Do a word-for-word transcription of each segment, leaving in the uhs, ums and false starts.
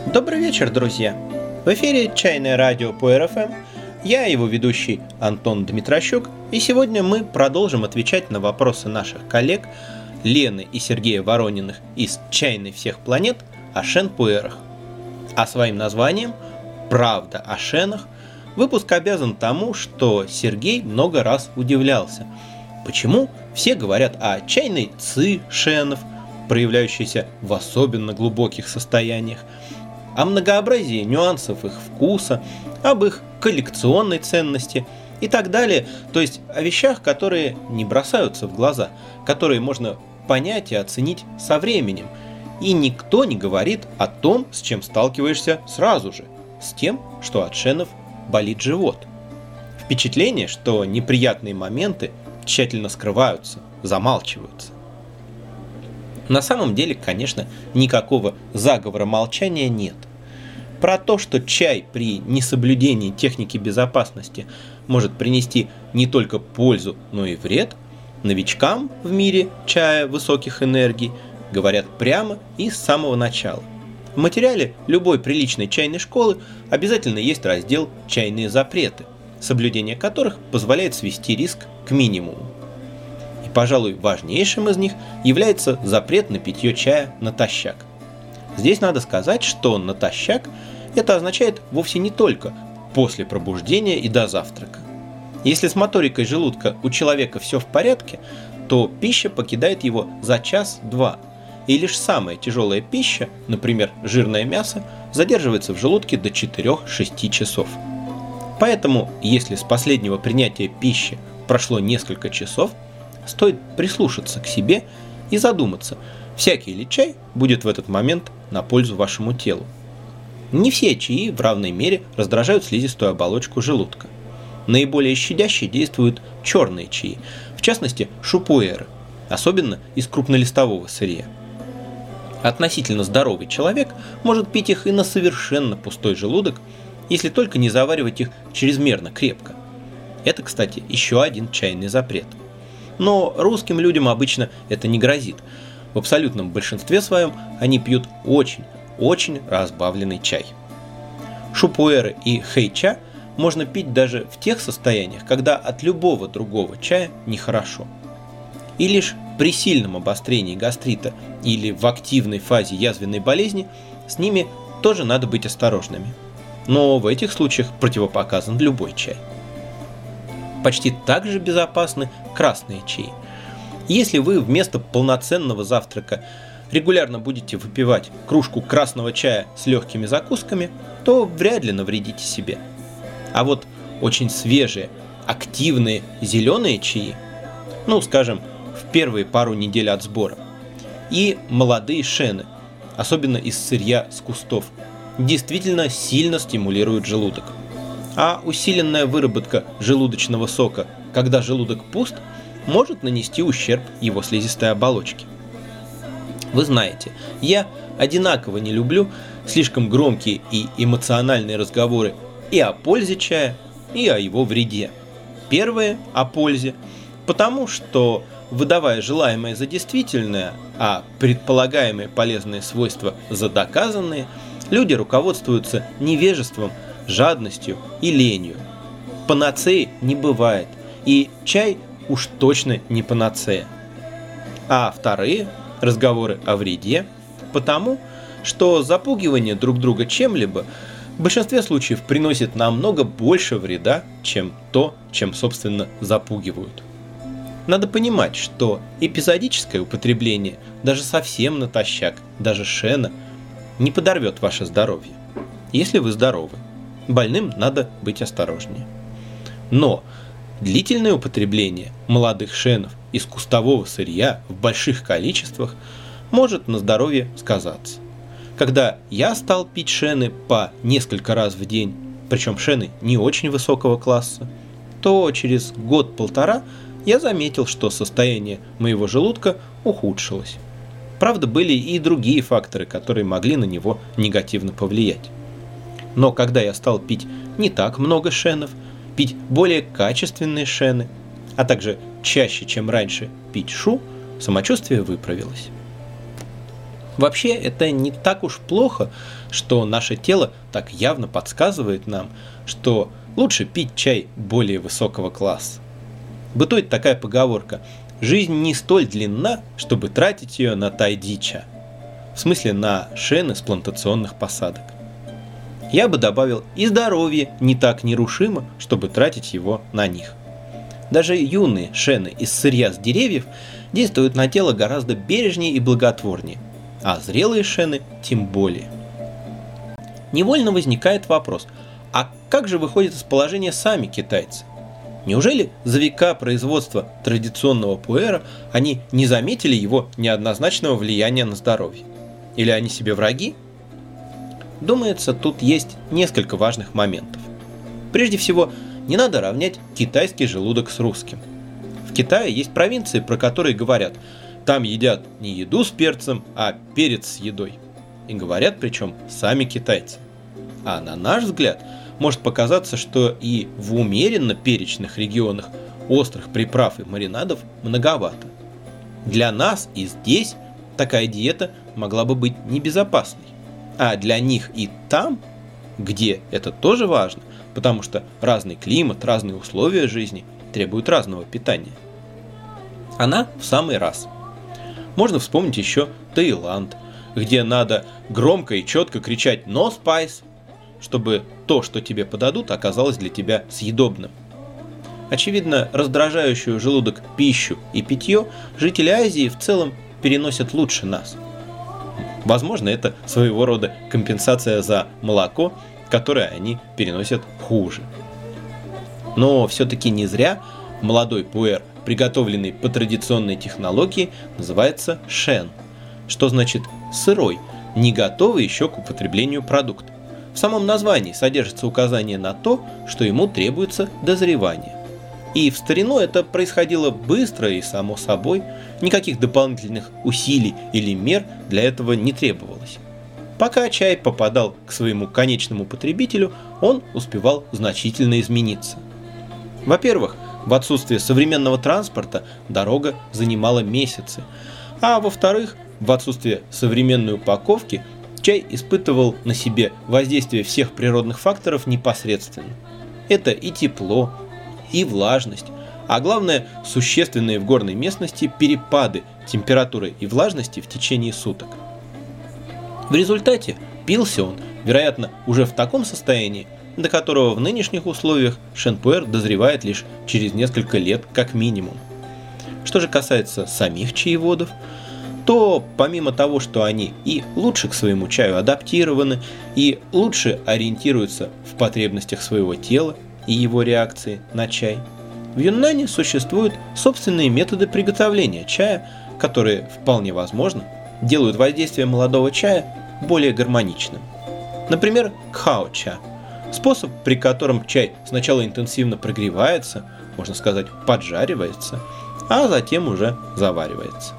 Добрый вечер, друзья! В эфире Чайное радио по эр эф эм. Я его ведущий Антон Дмитрощук, и сегодня мы продолжим отвечать на вопросы наших коллег Лены и Сергея Ворониных из «Чайной всех планет» о шен-пуэрах. А своим названием «Правда о шенах» выпуск обязан тому, что Сергей много раз удивлялся, почему все говорят о чайной ци шенов, проявляющейся в особенно глубоких состояниях, о многообразии нюансов их вкуса, об их коллекционной ценности и так далее, то есть о вещах, которые не бросаются в глаза, которые можно понять и оценить со временем, и никто не говорит о том, с чем сталкиваешься сразу же, с тем, что от шенов болит живот. Впечатление, что неприятные моменты тщательно скрываются, замалчиваются. На самом деле, конечно, никакого заговора молчания нет. Про то, что чай при несоблюдении техники безопасности может принести не только пользу, но и вред, новичкам в мире чая высоких энергий говорят прямо и с самого начала. В материале любой приличной чайной школы обязательно есть раздел «Чайные запреты», соблюдение которых позволяет свести риск к минимуму. И, пожалуй, важнейшим из них является запрет на питье чая натощак. Здесь надо сказать, что натощак это означает вовсе не только после пробуждения и до завтрака. Если с моторикой желудка у человека все в порядке, то пища покидает его за час-два, и лишь самая тяжелая пища, например, жирное мясо, задерживается в желудке до четырех-шести часов. Поэтому, если с последнего принятия пищи прошло несколько часов, стоит прислушаться к себе и задуматься, всякий ли чай будет в этот момент на пользу вашему телу. Не все чаи в равной мере раздражают слизистую оболочку желудка. Наиболее щадяще действуют черные чаи, в частности шупуэры, особенно из крупнолистового сырья. Относительно здоровый человек может пить их и на совершенно пустой желудок, если только не заваривать их чрезмерно крепко. Это, кстати, еще один чайный запрет. Но русским людям обычно это не грозит. В абсолютном большинстве своем они пьют очень, очень разбавленный чай. Шупуэры и хэйча можно пить даже в тех состояниях, когда от любого другого чая нехорошо. И лишь при сильном обострении гастрита или в активной фазе язвенной болезни с ними тоже надо быть осторожными. Но в этих случаях противопоказан любой чай. Почти так же безопасны красные чаи. Если вы вместо полноценного завтрака регулярно будете выпивать кружку красного чая с легкими закусками, то вряд ли навредите себе. А вот очень свежие, активные зеленые чаи, ну, скажем, в первые пару недель от сбора, и молодые шены, особенно из сырья с кустов, действительно сильно стимулируют желудок. А усиленная выработка желудочного сока, когда желудок пуст, может нанести ущерб его слизистой оболочке. Вы знаете, я одинаково не люблю слишком громкие и эмоциональные разговоры и о пользе чая, и о его вреде. Первое о пользе, потому что, выдавая желаемое за действительное, а предполагаемые полезные свойства за доказанные, люди руководствуются невежеством, жадностью и ленью. Панацеи не бывает, и чай уж точно не панацея. А вторые разговоры о вреде, потому что запугивание друг друга чем-либо в большинстве случаев приносит намного больше вреда, чем то, чем, собственно, запугивают. Надо понимать, что эпизодическое употребление, даже совсем натощак, даже шена, не подорвет ваше здоровье, если вы здоровы. Больным надо быть осторожнее. Но длительное употребление молодых шенов из кустового сырья в больших количествах может на здоровье сказаться. Когда я стал пить шены по несколько раз в день, причем шены не очень высокого класса, то через год-полтора я заметил, что состояние моего желудка ухудшилось. Правда, были и другие факторы, которые могли на него негативно повлиять. Но когда я стал пить не так много шенов, пить более качественные шены, а также чаще, чем раньше, пить шу, самочувствие выправилось. Вообще, это не так уж плохо, что наше тело так явно подсказывает нам, что лучше пить чай более высокого класса. Бытует такая поговорка: жизнь не столь длинна, чтобы тратить ее на тайдича, в смысле на шены с плантационных посадок. Я бы добавил: и здоровье не так нерушимо, чтобы тратить его на них. Даже юные шены из сырья с деревьев действуют на тело гораздо бережнее и благотворнее, а зрелые шены тем более. Невольно возникает вопрос: а как же выходят из положения сами китайцы? Неужели за века производства традиционного пуэра они не заметили его неоднозначного влияния на здоровье? Или они себе враги? Думается, тут есть несколько важных моментов. Прежде всего, не надо равнять китайский желудок с русским. В Китае есть провинции, про которые говорят: там едят не еду с перцем, а перец с едой. И говорят причем сами китайцы. А на наш взгляд, может показаться, что и в умеренно перечных регионах острых приправ и маринадов многовато. Для нас и здесь такая диета могла бы быть небезопасной. А для них и там, где это тоже важно, потому что разный климат, разные условия жизни требуют разного питания. Она в самый раз. Можно вспомнить еще Таиланд, где надо громко и четко кричать «No spice», чтобы то, что тебе подадут, оказалось для тебя съедобным. Очевидно, раздражающую желудок пищу и питье жители Азии в целом переносят лучше нас. Возможно, это своего рода компенсация за молоко, которое они переносят хуже. Но все-таки не зря молодой пуэр, приготовленный по традиционной технологии, называется шен, что значит сырой, не готовый еще к употреблению продукт. В самом названии содержится указание на то, что ему требуется дозревание. И в старину это происходило быстро и само собой, никаких дополнительных усилий или мер для этого не требовалось. Пока чай попадал к своему конечному потребителю, он успевал значительно измениться. Во-первых, в отсутствие современного транспорта дорога занимала месяцы, а во-вторых, в отсутствие современной упаковки чай испытывал на себе воздействие всех природных факторов непосредственно. Это и тепло, и влажность, а главное, существенные в горной местности перепады температуры и влажности в течение суток. В результате пился он, вероятно, уже в таком состоянии, до которого в нынешних условиях шен-пуэр дозревает лишь через несколько лет как минимум. Что же касается самих чаеводов, то помимо того, что они и лучше к своему чаю адаптированы, и лучше ориентируются в потребностях своего тела и его реакции на чай, в Юннане существуют собственные методы приготовления чая, которые, вполне возможно, делают воздействие молодого чая более гармоничным. Например, кхао-ча – способ, при котором чай сначала интенсивно прогревается, можно сказать, поджаривается, а затем уже заваривается.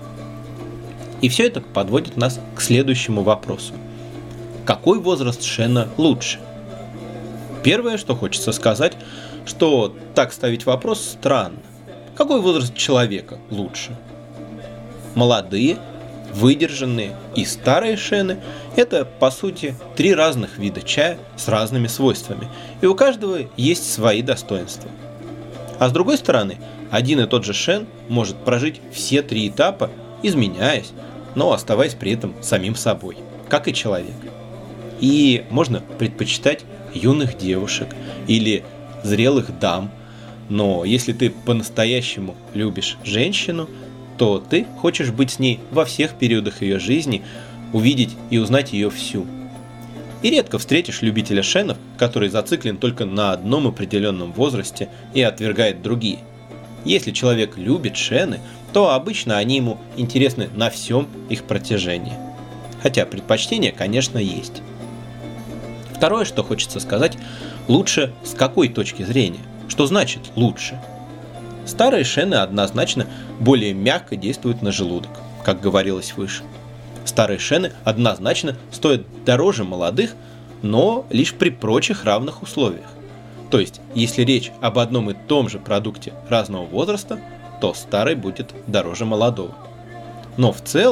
И все это подводит нас к следующему вопросу. Какой возраст шена лучше? Первое, что хочется сказать, что так ставить вопрос странно. Какой возраст человека лучше? Молодые, выдержанные и старые шены – это, по сути, три разных вида чая с разными свойствами, и у каждого есть свои достоинства. А с другой стороны, один и тот же шен может прожить все три этапа, изменяясь, но оставаясь при этом самим собой, как и человек. И можно предпочитать юных девушек или зрелых дам, но если ты по-настоящему любишь женщину, то ты хочешь быть с ней во всех периодах ее жизни, увидеть и узнать ее всю. И редко встретишь любителя шенов, который зациклен только на одном определенном возрасте и отвергает другие. Если человек любит шены, то обычно они ему интересны на всем их протяжении. Хотя предпочтения, конечно, есть. Второе, что хочется сказать, лучше с какой точки зрения? Что значит лучше? Старые шены однозначно более мягко действуют на желудок, как говорилось выше. Старые шены однозначно стоят дороже молодых, но лишь при прочих равных условиях. То есть, если речь об одном и том же продукте разного возраста, то старый будет дороже молодого. Но в целом,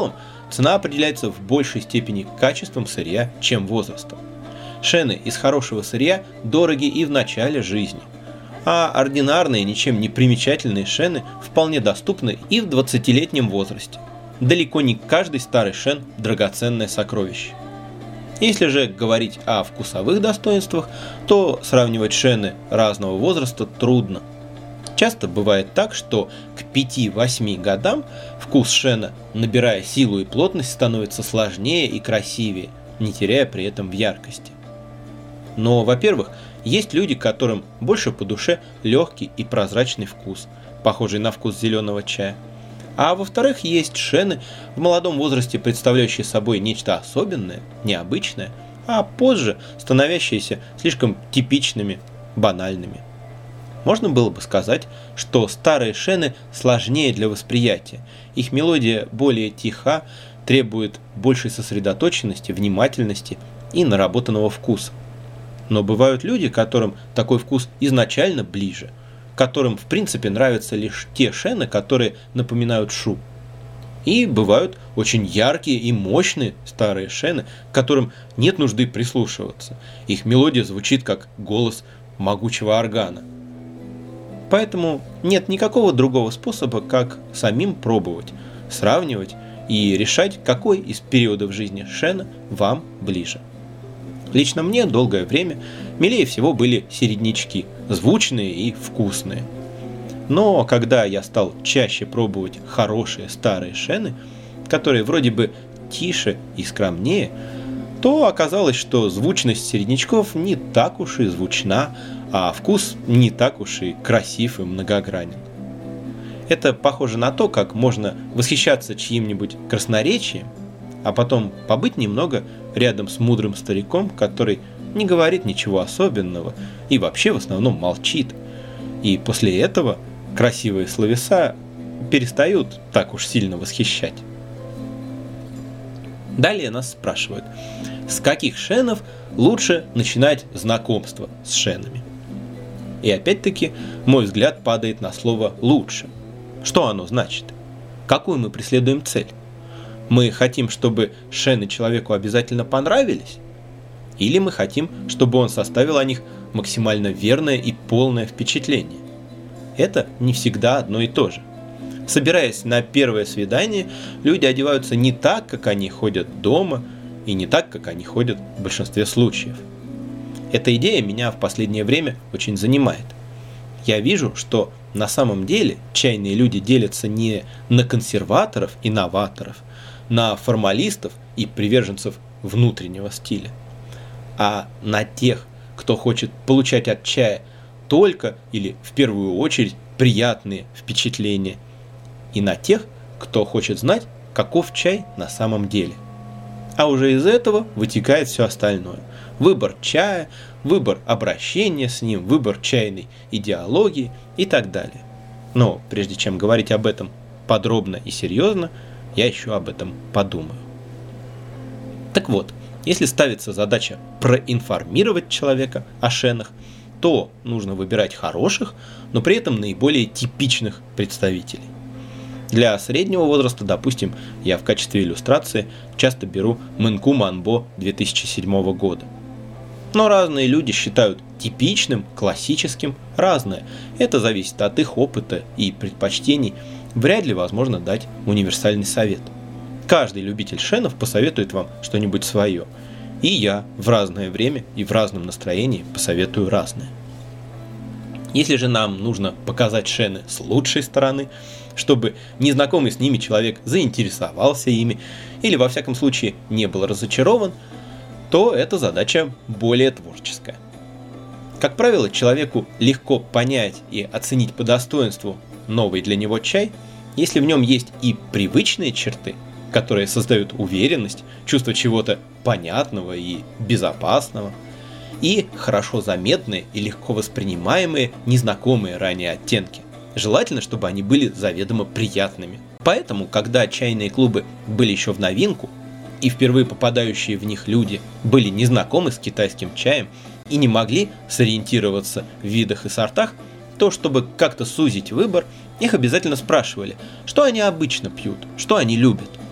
цена определяется в большей степени качеством сырья, чем возрастом. Шены из хорошего сырья дороги и в начале жизни, а ординарные, ничем не примечательные шены вполне доступны и в двадцатилетнем возрасте. Далеко не каждый старый шен – драгоценное сокровище. Если же говорить о вкусовых достоинствах, то сравнивать шены разного возраста трудно. Часто бывает так, что к пяти-восьми годам вкус шена, набирая силу и плотность, становится сложнее и красивее, не теряя при этом в яркости. Но, во-первых, есть люди, которым больше по душе легкий и прозрачный вкус, похожий на вкус зеленого чая. А во-вторых, есть шены в молодом возрасте, представляющие собой нечто особенное, необычное, а позже становящиеся слишком типичными, банальными. Можно было бы сказать, что старые шены сложнее для восприятия, их мелодия более тиха, требует большей сосредоточенности, внимательности и наработанного вкуса. Но бывают люди, которым такой вкус изначально ближе, которым в принципе нравятся лишь те шены, которые напоминают шу. И бывают очень яркие и мощные старые шены, к которым нет нужды прислушиваться. Их мелодия звучит как голос могучего органа. Поэтому нет никакого другого способа, как самим пробовать, сравнивать и решать, какой из периодов жизни шена вам ближе. Лично мне долгое время милее всего были середнячки, звучные и вкусные. Но когда я стал чаще пробовать хорошие старые шены, которые вроде бы тише и скромнее, то оказалось, что звучность середнячков не так уж и звучна, а вкус не так уж и красив и многогранен. Это похоже на то, как можно восхищаться чьим-нибудь красноречием, а потом побыть немного рядом с мудрым стариком, который не говорит ничего особенного и вообще в основном молчит. И после этого красивые словеса перестают так уж сильно восхищать. Далее нас спрашивают, с каких шенов лучше начинать знакомство с шенами? И опять-таки мой взгляд падает на слово «лучше». Что оно значит? Какую мы преследуем цель? Мы хотим, чтобы шены человеку обязательно понравились? Или мы хотим, чтобы он составил о них максимально верное и полное впечатление? Это не всегда одно и то же. Собираясь на первое свидание, люди одеваются не так, как они ходят дома, и не так, как они ходят в большинстве случаев. Эта идея меня в последнее время очень занимает. Я вижу, что на самом деле чайные люди делятся не на консерваторов и новаторов, на формалистов и приверженцев внутреннего стиля, а на тех, кто хочет получать от чая только или в первую очередь приятные впечатления, и на тех, кто хочет знать, каков чай на самом деле. А уже из этого вытекает все остальное. Выбор чая, выбор обращения с ним, выбор чайной идеологии и так далее. Но прежде чем говорить об этом подробно и серьезно, я еще об этом подумаю. Так вот, если ставится задача проинформировать человека о шенах, то нужно выбирать хороших, но при этом наиболее типичных представителей. Для среднего возраста, допустим, я в качестве иллюстрации часто беру Мэнку Манбо две тысячи седьмого года. Но разные люди считают типичным, классическим разное. Это зависит от их опыта и предпочтений. Вряд ли возможно дать универсальный совет. Каждый любитель шенов посоветует вам что-нибудь свое. И я в разное время и в разном настроении посоветую разное. Если же нам нужно показать шены с лучшей стороны, чтобы незнакомый с ними человек заинтересовался ими или во всяком случае не был разочарован, то эта задача более творческая. Как правило, человеку легко понять и оценить по достоинству новый для него чай, если в нем есть и привычные черты, которые создают уверенность, чувство чего-то понятного и безопасного, и хорошо заметные и легко воспринимаемые незнакомые ранее оттенки. Желательно, чтобы они были заведомо приятными. Поэтому, когда чайные клубы были еще в новинку, и впервые попадающие в них люди были незнакомы с китайским чаем и не могли сориентироваться в видах и сортах, то, чтобы как-то сузить выбор, их обязательно спрашивали, что они обычно пьют, что они любят.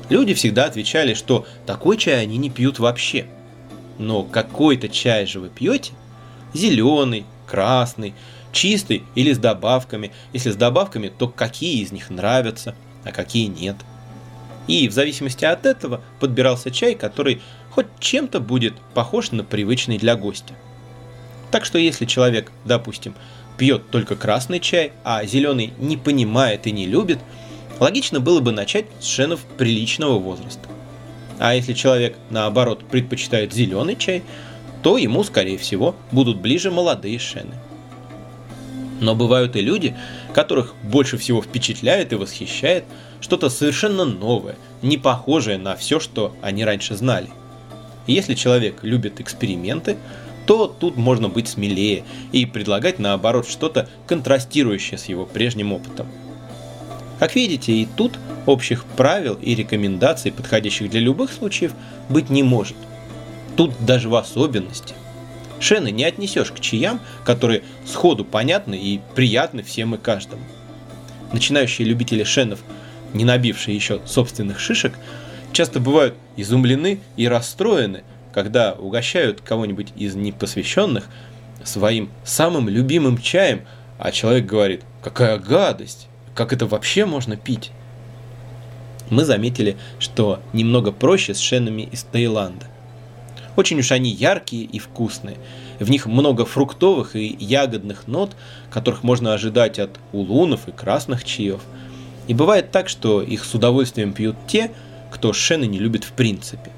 Люди всегда отвечали, что такой чай они не пьют вообще. Но какой-то чай же вы пьете? Зеленый, красный, чистый или с добавками. Если с добавками, то какие из них нравятся, а какие нет. И в зависимости от этого подбирался чай, который хоть чем-то будет похож на привычный для гостя. Так что если человек, допустим, пьет только красный чай, а зеленый не понимает и не любит, логично было бы начать с шенов приличного возраста. А если человек, наоборот, предпочитает зеленый чай, то ему, скорее всего, будут ближе молодые шены. Но бывают и люди, которых больше всего впечатляет и восхищает что-то совершенно новое, не похожее на все, что они раньше знали. И если человек любит эксперименты, то тут можно быть смелее и предлагать, наоборот, что-то контрастирующее с его прежним опытом. Как видите, и тут общих правил и рекомендаций, подходящих для любых случаев, быть не может. Тут даже в особенности. Шены не отнесешь к чаям, которые сходу понятны и приятны всем и каждому. Начинающие любители шенов, не набившие еще собственных шишек, часто бывают изумлены и расстроены, когда угощают кого-нибудь из непосвященных своим самым любимым чаем, а человек говорит: «Какая гадость! Как это вообще можно пить?» Мы заметили, что немного проще с шенами из Таиланда. Очень уж они яркие и вкусные. В них много фруктовых и ягодных нот, которых можно ожидать от улунов и красных чаев. И бывает так, что их с удовольствием пьют те, кто шены не любит в принципе.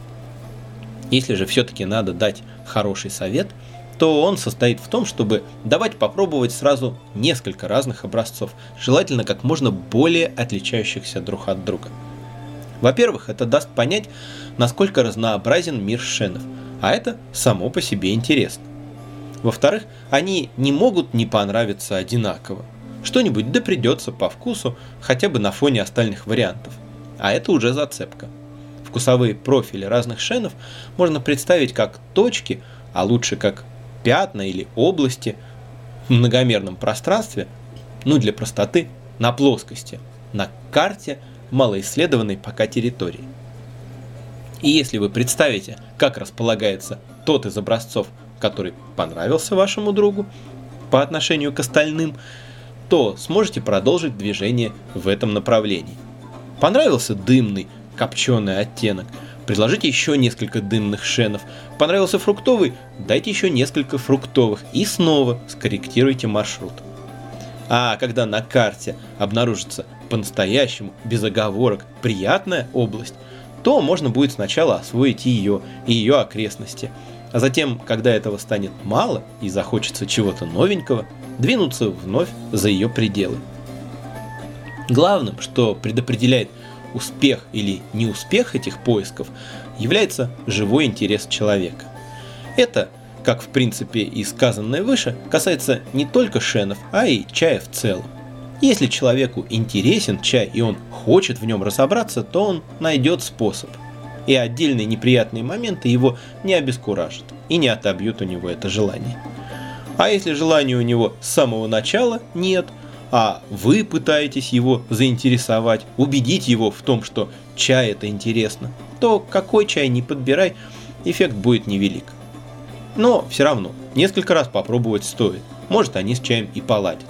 Если же все-таки надо дать хороший совет, то он состоит в том, чтобы давать попробовать сразу несколько разных образцов, желательно как можно более отличающихся друг от друга. Во-первых, это даст понять, насколько разнообразен мир шенов, а это само по себе интересно. Во-вторых, они не могут не понравиться одинаково. Что-нибудь да придется по вкусу, хотя бы на фоне остальных вариантов. А это уже зацепка. Вкусовые профили разных шенов можно представить как точки, а лучше как пятна или области в многомерном пространстве, ну для простоты, на плоскости, на карте малоисследованной пока территории. И если вы представите, как располагается тот из образцов, который понравился вашему другу по отношению к остальным, то сможете продолжить движение в этом направлении. Понравился дымный, копченый оттенок, предложите еще несколько дымных шенов. Понравился фруктовый, дайте еще несколько фруктовых и снова скорректируйте маршрут. А когда на карте обнаружится по-настоящему, без оговорок, приятная область, то можно будет сначала освоить ее и ее окрестности, а затем, когда этого станет мало и захочется чего-то новенького, двинуться вновь за ее пределы. Главным, что предопределяет успех или неуспех этих поисков, является живой интерес человека. Это, как в принципе и сказанное выше, касается не только шенов, а и чая в целом. Если человеку интересен чай и он хочет в нем разобраться, то он найдет способ. И отдельные неприятные моменты его не обескуражат и не отобьют у него это желание. А если желания у него с самого начала нет, а вы пытаетесь его заинтересовать, убедить его в том, что чай это интересно, то какой чай ни подбирай, эффект будет невелик. Но все равно, несколько раз попробовать стоит, может они с чаем и поладят.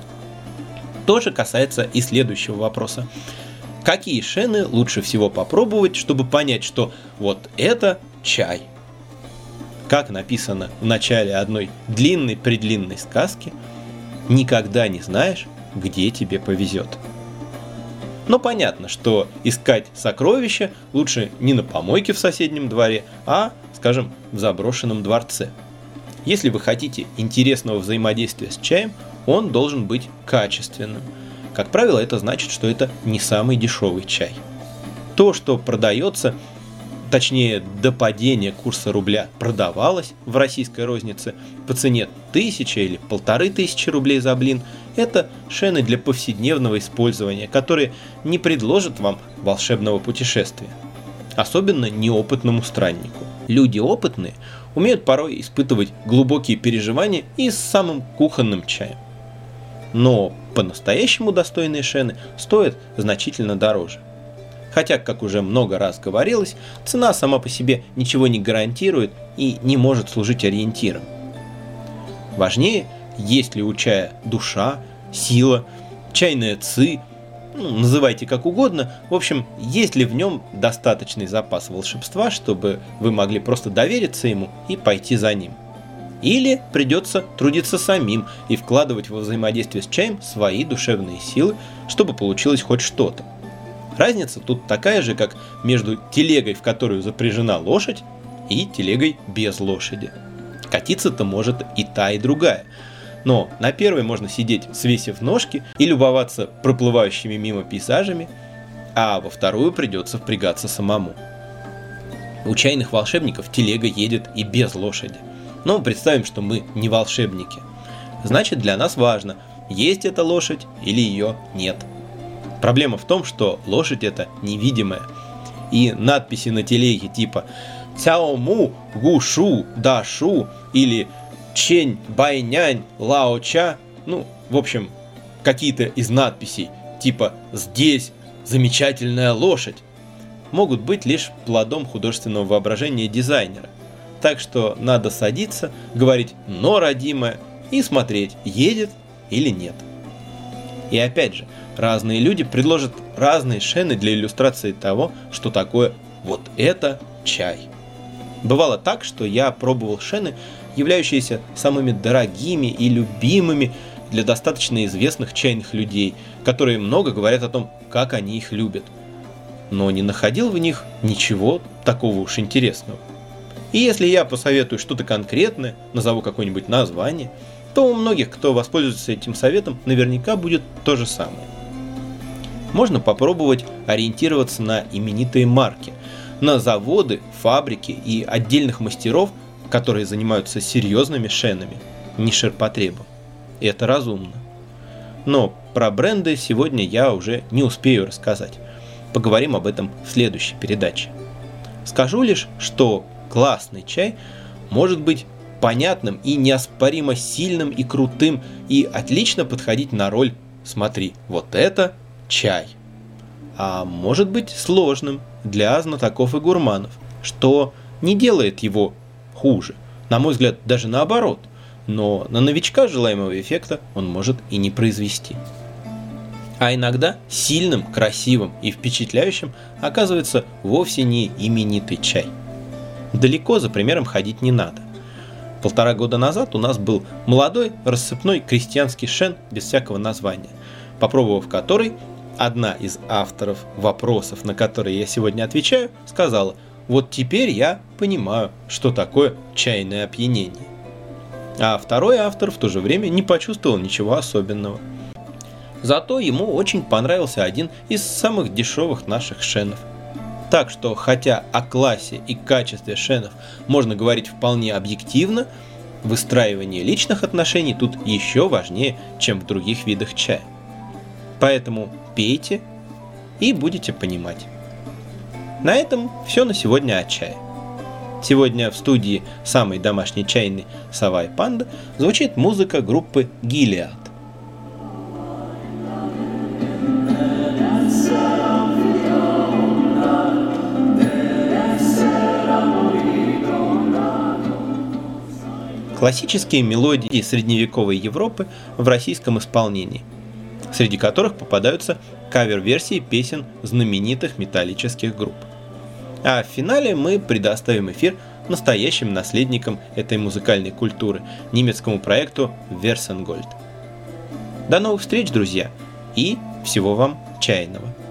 То же касается и следующего вопроса. Какие шены лучше всего попробовать, чтобы понять, что вот это чай? Как написано в начале одной длинной-предлинной сказки, никогда не знаешь, где тебе повезет. Но понятно, что искать сокровища лучше не на помойке в соседнем дворе, а, скажем, в заброшенном дворце. Если вы хотите интересного взаимодействия с чаем, он должен быть качественным. Как правило, это значит, что это не самый дешевый чай. То, что продается, точнее до падения курса рубля продавалось в российской рознице по цене тысяча или полторы тысячи рублей за блин, это шены для повседневного использования, которые не предложат вам волшебного путешествия. Особенно неопытному страннику. Люди опытные умеют порой испытывать глубокие переживания и с самым кухонным чаем. Но по-настоящему достойные шены стоят значительно дороже. Хотя, как уже много раз говорилось, цена сама по себе ничего не гарантирует и не может служить ориентиром. Важнее, есть ли у чая душа, сила, чайная ци, ну, называйте как угодно, в общем, есть ли в нем достаточный запас волшебства, чтобы вы могли просто довериться ему и пойти за ним. Или придется трудиться самим и вкладывать во взаимодействие с чаем свои душевные силы, чтобы получилось хоть что-то. Разница тут такая же, как между телегой, в которую запряжена лошадь, и телегой без лошади. Катиться-то может и та, и другая. Но на первой можно сидеть, свесив ножки, и любоваться проплывающими мимо пейзажами, а во вторую придется впрягаться самому. У чайных волшебников телега едет и без лошади. Но представим, что мы не волшебники. Значит, для нас важно, есть эта лошадь или ее нет. Проблема в том, что лошадь эта невидимая. И надписи на телеге типа «Цяому гушу дашу» или «Чень байнянь лао ча», ну, в общем, какие-то из надписей типа «Здесь замечательная лошадь», могут быть лишь плодом художественного воображения дизайнера. Так что надо садиться, говорить «но, родимая» и смотреть, едет или нет. И опять же, разные люди предложат разные шены для иллюстрации того, что такое вот это чай. Бывало так, что я пробовал шены, являющиеся самыми дорогими и любимыми для достаточно известных чайных людей, которые много говорят о том, как они их любят. Но не находил в них ничего такого уж интересного. И если я посоветую что-то конкретное, назову какое-нибудь название, то у многих, кто воспользуется этим советом, наверняка будет то же самое. Можно попробовать ориентироваться на именитые марки, на заводы, фабрики и отдельных мастеров, которые занимаются серьезными шенами, не ширпотребом. Это разумно. Но про бренды сегодня я уже не успею рассказать. Поговорим об этом в следующей передаче. Скажу лишь, что классный чай может быть понятным и неоспоримо сильным и крутым и отлично подходить на роль «смотри, вот это чай». А может быть сложным для знатоков и гурманов, что не делает его хуже. На мой взгляд, даже наоборот. Но на новичка желаемого эффекта он может и не произвести. А иногда сильным, красивым и впечатляющим оказывается вовсе не именитый чай. Далеко за примером ходить не надо. Полтора года назад у нас был молодой рассыпной крестьянский шен без всякого названия, попробовав который, одна из авторов вопросов, на которые я сегодня отвечаю, сказала: «Вот теперь я понимаю, что такое чайное опьянение». А второй автор в то же время не почувствовал ничего особенного. Зато ему очень понравился один из самых дешевых наших шенов. Так что, хотя о классе и качестве шенов можно говорить вполне объективно, выстраивание личных отношений тут еще важнее, чем в других видах чая. Поэтому пейте и будете понимать. На этом все на сегодня о чае. Сегодня в студии самой домашней чайной «Сова и Панда» звучит музыка группы «Гилиад». Классические мелодии средневековой Европы в российском исполнении, среди которых попадаются кавер-версии песен знаменитых металлических групп. А в финале мы предоставим эфир настоящим наследникам этой музыкальной культуры, немецкому проекту Версенгольд. До новых встреч, друзья, и всего вам чайного!